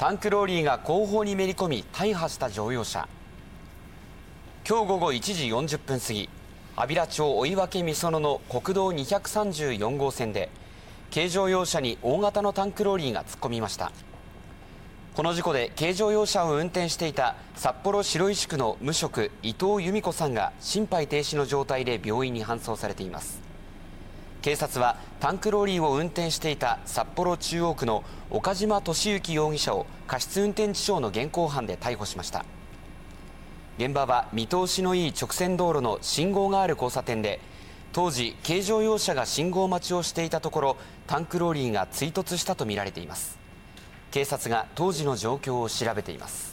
タンクローリーが後方にめり込み大破した乗用車。今日午後1時40分過ぎ、安平町追分美園の国道234号線で軽乗用車に大型のタンクローリーが突っ込みました。この事故で軽乗用車を運転していた札幌白石区の無職伊藤由美子さんが心肺停止の状態で病院に搬送されています。警察はタンクローリーを運転していた札幌中央区の岡島敏之容疑者を過失運転致傷の現行犯で逮捕しました。現場は見通しのいい直線道路の信号がある交差点で、当時軽乗用車が信号待ちをしていたところ、タンクローリーが追突したとみられています。警察が当時の状況を調べています。